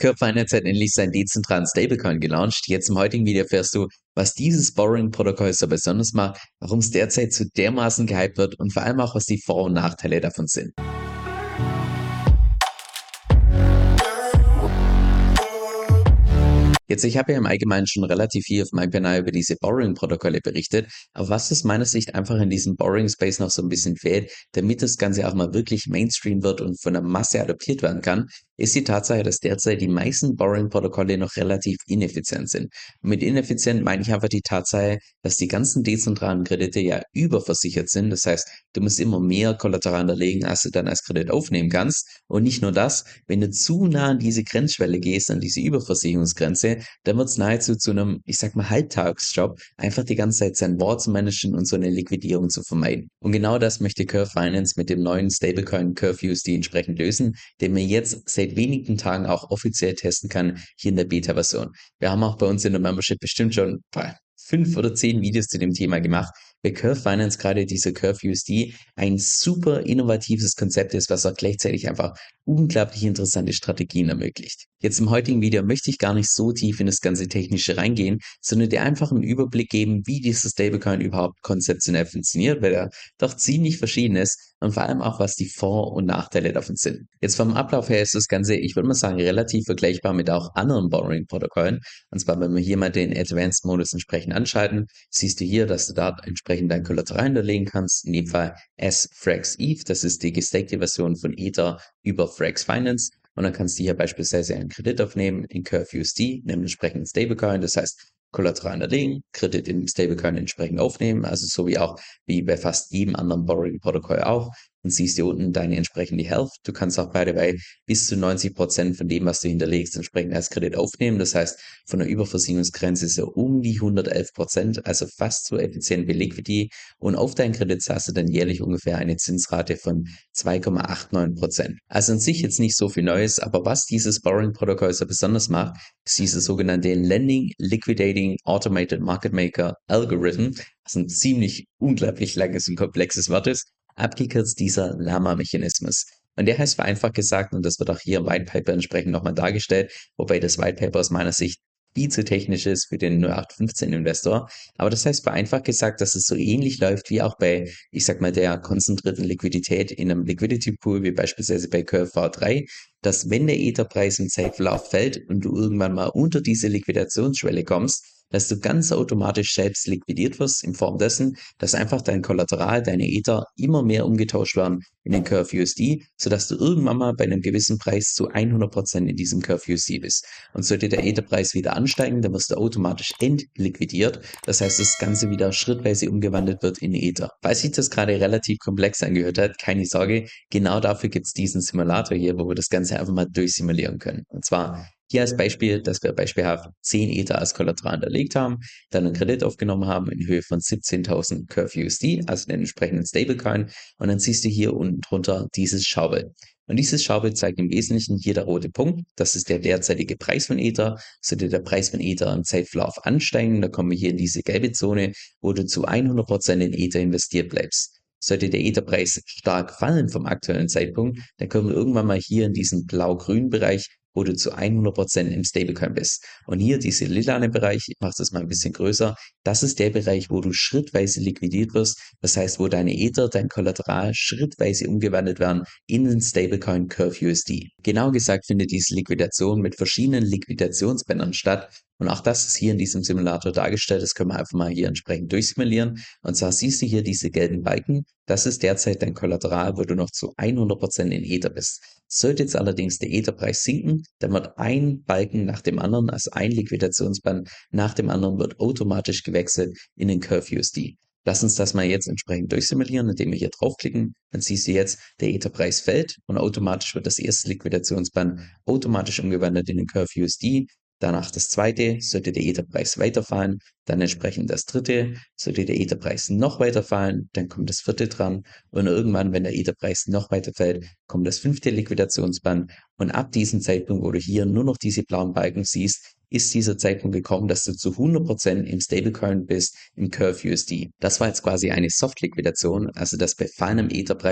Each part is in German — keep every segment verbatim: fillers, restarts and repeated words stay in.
Curve Finance hat endlich seinen dezentralen Stablecoin gelauncht. Jetzt im heutigen Video erfährst du, was dieses Borrowing-Protokoll so besonders macht, warum es derzeit so dermaßen gehypt wird und vor allem auch, was die Vor- und Nachteile davon sind. Jetzt, ich habe ja im Allgemeinen schon relativ viel auf meinem Kanal über diese Borrowing-Protokolle berichtet, aber was aus meiner Sicht einfach in diesem Borrowing-Space noch so ein bisschen fehlt, damit das Ganze auch mal wirklich Mainstream wird und von der Masse adoptiert werden kann, ist die Tatsache, dass derzeit die meisten Borrowing-Protokolle noch relativ ineffizient sind. Und mit ineffizient meine ich einfach die Tatsache, dass die ganzen dezentralen Kredite ja überversichert sind. Das heißt, du musst immer mehr Kollateral hinterlegen, als du dann als Kredit aufnehmen kannst. Und nicht nur das, wenn du zu nah an diese Grenzschwelle gehst, an diese Überversicherungsgrenze, dann wird es nahezu zu einem, ich sag mal, Halbtagsjob, einfach die ganze Zeit sein Board zu managen und so eine Liquidierung zu vermeiden. Und genau das möchte Curve Finance mit dem neuen Stablecoin Curve U S D entsprechend lösen, den man jetzt seit wenigen Tagen auch offiziell testen kann, hier in der Beta-Version. Wir haben auch bei uns in der Membership bestimmt schon boah, fünf oder zehn Videos zu dem Thema gemacht, weil Curve Finance gerade diese Curve U S D ein super innovatives Konzept ist, was auch gleichzeitig einfach unglaublich interessante Strategien ermöglicht. Jetzt im heutigen Video möchte ich gar nicht so tief in das ganze Technische reingehen, sondern dir einfach einen Überblick geben, wie dieses Stablecoin überhaupt konzeptionell funktioniert, weil er doch ziemlich verschieden ist und vor allem auch, was die Vor- und Nachteile davon sind. Jetzt vom Ablauf her ist das Ganze, ich würde mal sagen, relativ vergleichbar mit auch anderen Borrowing-Protokollen. Und zwar, wenn wir hier mal den Advanced-Modus entsprechend anschalten, siehst du hier, dass du da entsprechend dein Kollateral hinterlegen kannst. In dem Fall S-Frax E T H, das ist die gestakte Version von Ether über Frax Finance. Und dann kannst du hier beispielsweise einen Kredit aufnehmen in Curve U S D, einem entsprechenden Stablecoin. Das heißt, Kollateral hinterlegen, Kredit im Stablecoin entsprechend aufnehmen, also so wie auch wie bei fast jedem anderen Borrowing-Protokoll auch. Und siehst hier unten deine entsprechende Health. Du kannst auch by the way bis zu neunzig Prozent von dem, was du hinterlegst, entsprechend als Kredit aufnehmen. Das heißt, von der Überversicherungsgrenze so um die hundertelf Prozent, also fast so effizient wie Liquidity. Und auf deinen Kredit zahlst du dann jährlich ungefähr eine Zinsrate von zwei Komma neunundachtzig Prozent. Also an sich jetzt nicht so viel Neues, aber was dieses Borrowing-Protokoll so besonders macht, ist diese sogenannte Lending Liquidating Automated Market Maker Algorithm, was ein ziemlich unglaublich langes und komplexes Wort ist, abgekürzt dieser Lama-Mechanismus. Und der heißt vereinfacht gesagt, und das wird auch hier im White Paper entsprechend nochmal dargestellt, wobei das White Paper aus meiner Sicht viel zu technisch ist für den null acht fünfzehn Investor. Aber das heißt vereinfacht gesagt, dass es so ähnlich läuft wie auch bei, ich sag mal, der konzentrierten Liquidität in einem Liquidity Pool, wie beispielsweise bei Curve V drei, dass wenn der Etherpreis im Zeitverlauf fällt und du irgendwann mal unter diese Liquidationsschwelle kommst, dass du ganz automatisch selbst liquidiert wirst in Form dessen, dass einfach dein Kollateral, deine Ether immer mehr umgetauscht werden in den Curve U S D, sodass du irgendwann mal bei einem gewissen Preis zu hundert Prozent in diesem Curve U S D bist. Und sollte der Etherpreis wieder ansteigen, dann wirst du automatisch entliquidiert. Das heißt, das Ganze wieder schrittweise umgewandelt wird in Ether. Falls sich das gerade relativ komplex angehört hat, keine Sorge, genau dafür gibt es diesen Simulator hier, wo wir das Ganze einfach mal durchsimulieren können. Und zwar hier als Beispiel, dass wir beispielhaft zehn Ether als Kollateral hinterlegt haben, dann einen Kredit aufgenommen haben in Höhe von siebzehntausend Curve U S D, also den entsprechenden Stablecoin. Und dann siehst du hier unten drunter dieses Schaubild. Und dieses Schaubild zeigt im Wesentlichen hier der rote Punkt. Das ist der derzeitige Preis von Ether. Sollte der Preis von Ether im Zeitverlauf ansteigen, dann kommen wir hier in diese gelbe Zone, wo du zu hundert Prozent in Ether investiert bleibst. Sollte der Etherpreis stark fallen vom aktuellen Zeitpunkt, dann kommen wir irgendwann mal hier in diesen blau-grünen Bereich, wo du zu hundert Prozent im Stablecoin bist. Und hier dieser lilane Bereich, ich mache das mal ein bisschen größer, das ist der Bereich, wo du schrittweise liquidiert wirst. Das heißt, wo deine Ether, dein Kollateral schrittweise umgewandelt werden in den Stablecoin Curve U S D. Genau gesagt findet diese Liquidation mit verschiedenen Liquidationsbändern statt. Und auch das ist hier in diesem Simulator dargestellt. Das können wir einfach mal hier entsprechend durchsimulieren. Und zwar siehst du hier diese gelben Balken. Das ist derzeit dein Kollateral, wo du noch zu hundert Prozent in Ether bist. Sollte jetzt allerdings der Etherpreis sinken, dann wird ein Balken nach dem anderen, also ein Liquidationsband nach dem anderen, wird automatisch gewechselt in den Curve U S D. Lass uns das mal jetzt entsprechend durchsimulieren, indem wir hier draufklicken. Dann siehst du jetzt, der Etherpreis fällt und automatisch wird das erste Liquidationsband automatisch umgewandelt in den Curve U S D. Danach das zweite, sollte der Etherpreis weiterfallen, dann entsprechend das dritte, sollte der Etherpreis noch weiter fallen, dann kommt das vierte dran und irgendwann, wenn der Etherpreis noch weiter fällt, kommt das fünfte Liquidationsband und ab diesem Zeitpunkt, wo du hier nur noch diese blauen Balken siehst, ist dieser Zeitpunkt gekommen, dass du zu hundert Prozent im Stablecoin bist, im Curve U S D. Das war jetzt quasi eine Soft-Liquidation, also dass bei fallendem Etherpreis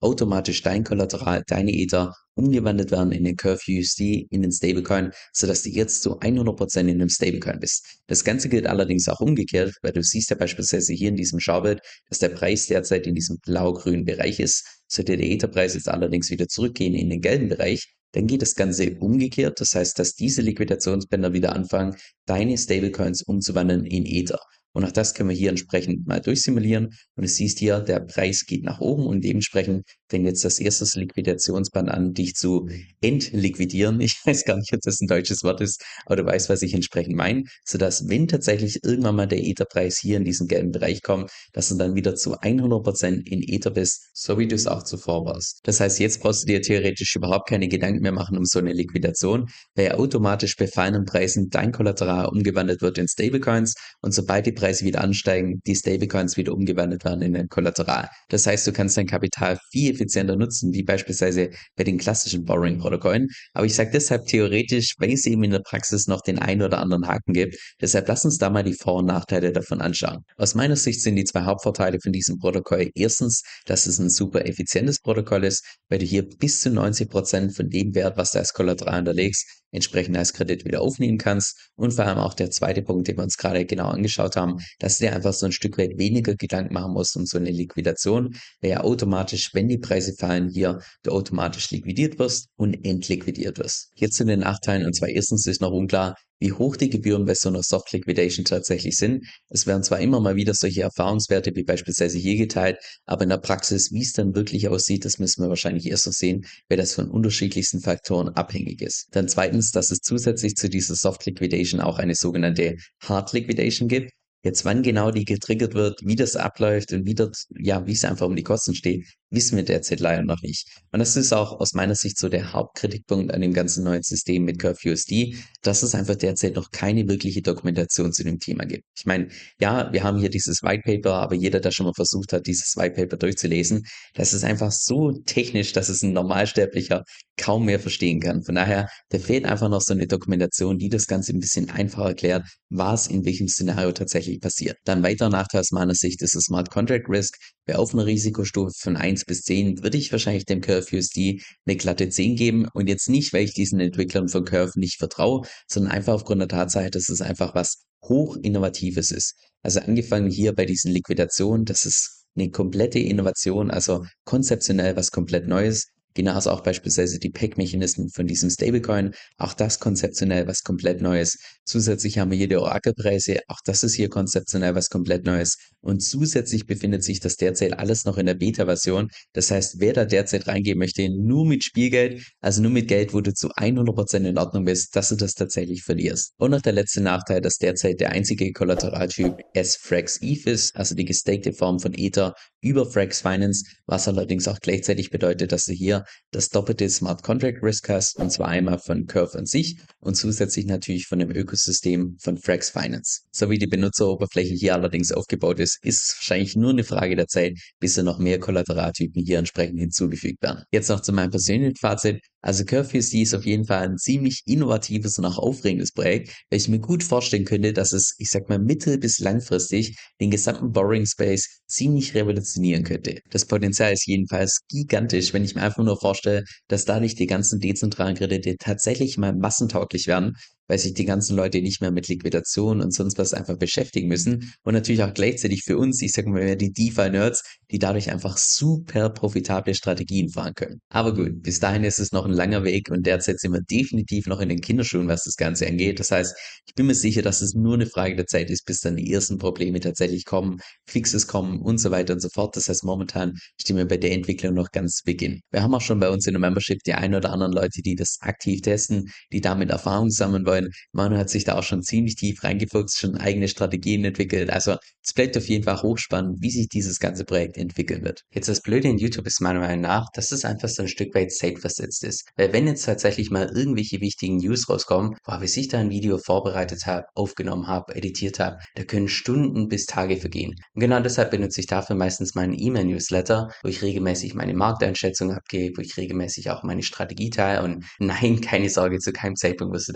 automatisch dein Kollateral, deine Ether umgewandelt werden in den Curve U S D, in den Stablecoin, sodass du jetzt zu hundert Prozent in einem Stablecoin bist. Das Ganze gilt allerdings auch umgekehrt, weil du siehst ja beispielsweise hier in diesem Schaubild, dass der Preis derzeit in diesem blau-grünen Bereich ist. Sollte der Etherpreis jetzt allerdings wieder zurückgehen in den gelben Bereich, dann geht das Ganze umgekehrt. Das heißt, dass diese Liquidationsbänder wieder anfangen, deine Stablecoins umzuwandeln in Ether. Und auch das können wir hier entsprechend mal durchsimulieren. Und du siehst hier, der Preis geht nach oben und dementsprechend fängt jetzt das erste Liquidationsband an, dich zu entliquidieren. Ich weiß gar nicht, ob das ein deutsches Wort ist, aber du weißt, was ich entsprechend meine. Sodass, wenn tatsächlich irgendwann mal der Etherpreis hier in diesen gelben Bereich kommt, dass du dann wieder zu hundert Prozent in Ether bist, so wie du es auch zuvor warst. Das heißt, jetzt brauchst du dir theoretisch überhaupt keine Gedanken mehr machen um so eine Liquidation, weil ja automatisch bei fallenden Preisen dein Kollateral umgewandelt wird in Stablecoins und sobald die Preise wieder ansteigen, die Stablecoins wieder umgewandelt werden in ein Kollateral. Das heißt, du kannst dein Kapital viel effizienter nutzen, wie beispielsweise bei den klassischen Borrowing-Protokollen. Aber ich sage deshalb theoretisch, weil es eben in der Praxis noch den einen oder anderen Haken gibt. Deshalb lass uns da mal die Vor- und Nachteile davon anschauen. Aus meiner Sicht sind die zwei Hauptvorteile von diesem Protokoll erstens, dass es ein super effizientes Protokoll ist, weil du hier bis zu neunzig Prozent von dem Wert, was du als Kollateral hinterlegst, entsprechend als Kredit wieder aufnehmen kannst. Und vor allem auch der zweite Punkt, den wir uns gerade genau angeschaut haben, dass du dir einfach so ein Stück weit weniger Gedanken machen musst um so eine Liquidation, weil ja automatisch, wenn die Preise fallen, hier du automatisch liquidiert wirst und entliquidiert wirst. Jetzt zu den Nachteilen, und zwar erstens ist noch unklar, wie hoch die Gebühren bei so einer Soft Liquidation tatsächlich sind. Es werden zwar immer mal wieder solche Erfahrungswerte wie beispielsweise hier geteilt, aber in der Praxis, wie es dann wirklich aussieht, das müssen wir wahrscheinlich erst noch sehen, weil das von unterschiedlichsten Faktoren abhängig ist. Dann zweitens, dass es zusätzlich zu dieser Soft Liquidation auch eine sogenannte Hard Liquidation gibt. Jetzt, wann genau die getriggert wird, wie das abläuft und wie dort, ja, wie es einfach um die Kosten steht, wissen wir derzeit leider noch nicht. Und das ist auch aus meiner Sicht so der Hauptkritikpunkt an dem ganzen neuen System mit Curve U S D, dass es einfach derzeit noch keine wirkliche Dokumentation zu dem Thema gibt. Ich meine, ja, wir haben hier dieses White Paper, aber jeder, der schon mal versucht hat, dieses White Paper durchzulesen, das ist einfach so technisch, dass es ein Normalsterblicher kaum mehr verstehen kann. Von daher, da fehlt einfach noch so eine Dokumentation, die das Ganze ein bisschen einfacher erklärt, was in welchem Szenario tatsächlich passiert. Dann weiterer Nachteil aus meiner Sicht ist das Smart Contract Risk. Bei auf einer Risikostufe von eins bis zehn würde ich wahrscheinlich dem Curve U S D eine glatte zehn geben und jetzt nicht, weil ich diesen Entwicklern von Curve nicht vertraue, sondern einfach aufgrund der Tatsache, dass es einfach was hoch Innovatives ist. Also angefangen hier bei diesen Liquidationen, das ist eine komplette Innovation, also konzeptionell was komplett Neues. Genauso auch beispielsweise die Peg-Mechanismen von diesem Stablecoin, auch das konzeptionell was komplett Neues. Zusätzlich haben wir hier die Orakelpreise, auch das ist hier konzeptionell was komplett Neues. Und zusätzlich befindet sich das derzeit alles noch in der Beta-Version. Das heißt, wer da derzeit reingehen möchte, nur mit Spielgeld, also nur mit Geld, wo du zu hundert Prozent in Ordnung bist, dass du das tatsächlich verlierst. Und noch der letzte Nachteil, dass derzeit der einzige Kollateraltyp S-Frax E T H ist, also die gestakte Form von Ether über Frax Finance, was allerdings auch gleichzeitig bedeutet, dass du hier das doppelte Smart Contract Risk hast, und zwar einmal von Curve an sich und zusätzlich natürlich von dem Ökosystem von Frax Finance. So wie die Benutzeroberfläche hier allerdings aufgebaut ist, ist es wahrscheinlich nur eine Frage der Zeit, bis da noch mehr Kollateraltypen hier entsprechend hinzugefügt werden. Jetzt noch zu meinem persönlichen Fazit. Also Curve U S D ist auf jeden Fall ein ziemlich innovatives und auch aufregendes Projekt, weil ich mir gut vorstellen könnte, dass es, ich sag mal, mittel- bis langfristig den gesamten Borrowing Space ziemlich revolutionieren könnte. Das Potenzial ist jedenfalls gigantisch, wenn ich mir einfach nur vorstelle, dass dadurch die ganzen dezentralen Kredite tatsächlich mal massentauglich werden, weil sich die ganzen Leute nicht mehr mit Liquidation und sonst was einfach beschäftigen müssen und natürlich auch gleichzeitig für uns, ich sag mal, die DeFi-Nerds, die dadurch einfach super profitable Strategien fahren können. Aber gut, bis dahin ist es noch ein langer Weg und derzeit sind wir definitiv noch in den Kinderschuhen, was das Ganze angeht. Das heißt, ich bin mir sicher, dass es nur eine Frage der Zeit ist, bis dann die ersten Probleme tatsächlich kommen, Fixes kommen und so weiter und so fort. Das heißt, momentan stehen wir bei der Entwicklung noch ganz zu Beginn. Wir haben auch schon bei uns in der Membership die ein oder anderen Leute, die das aktiv testen, die damit Erfahrung sammeln wollen. Manu hat sich da auch schon ziemlich tief reingefuchst, schon eigene Strategien entwickelt. Also es bleibt auf jeden Fall hochspannend, wie sich dieses ganze Projekt entwickeln wird. Jetzt das Blöde in YouTube ist meiner Meinung nach, dass es einfach so ein Stück weit safe versetzt ist. Weil wenn jetzt tatsächlich mal irgendwelche wichtigen News rauskommen, boah, bis ich da ein Video vorbereitet habe, aufgenommen habe, editiert habe, da können Stunden bis Tage vergehen. Und genau deshalb benutze ich dafür meistens meinen E-Mail-Newsletter, wo ich regelmäßig meine Markteinschätzung abgebe, wo ich regelmäßig auch meine Strategie teile und nein, keine Sorge, zu keinem Zeitpunkt wirst du da von mir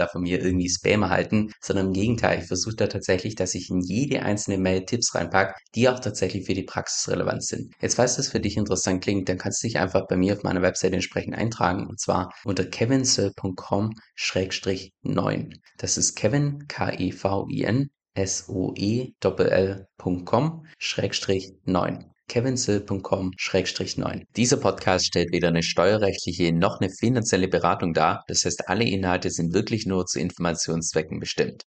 irgendwie Spam erhalten, sondern im Gegenteil, ich versuche da tatsächlich, dass ich in jede einzelne Mail Tipps reinpacke, die auch tatsächlich für die Praxis relevant sind. Jetzt, falls das für dich interessant klingt, dann kannst du dich einfach bei mir auf meiner Webseite entsprechend eintragen, und zwar unter kevinsoe punkt com Schrägstrich neun. Das ist Kevin, K E V I N, S O E L L Punkt com Schrägstrich neun. kevinsoe punkt com Schrägstrich neun. Dieser Podcast stellt weder eine steuerrechtliche noch eine finanzielle Beratung dar. Das heißt, alle Inhalte sind wirklich nur zu Informationszwecken bestimmt.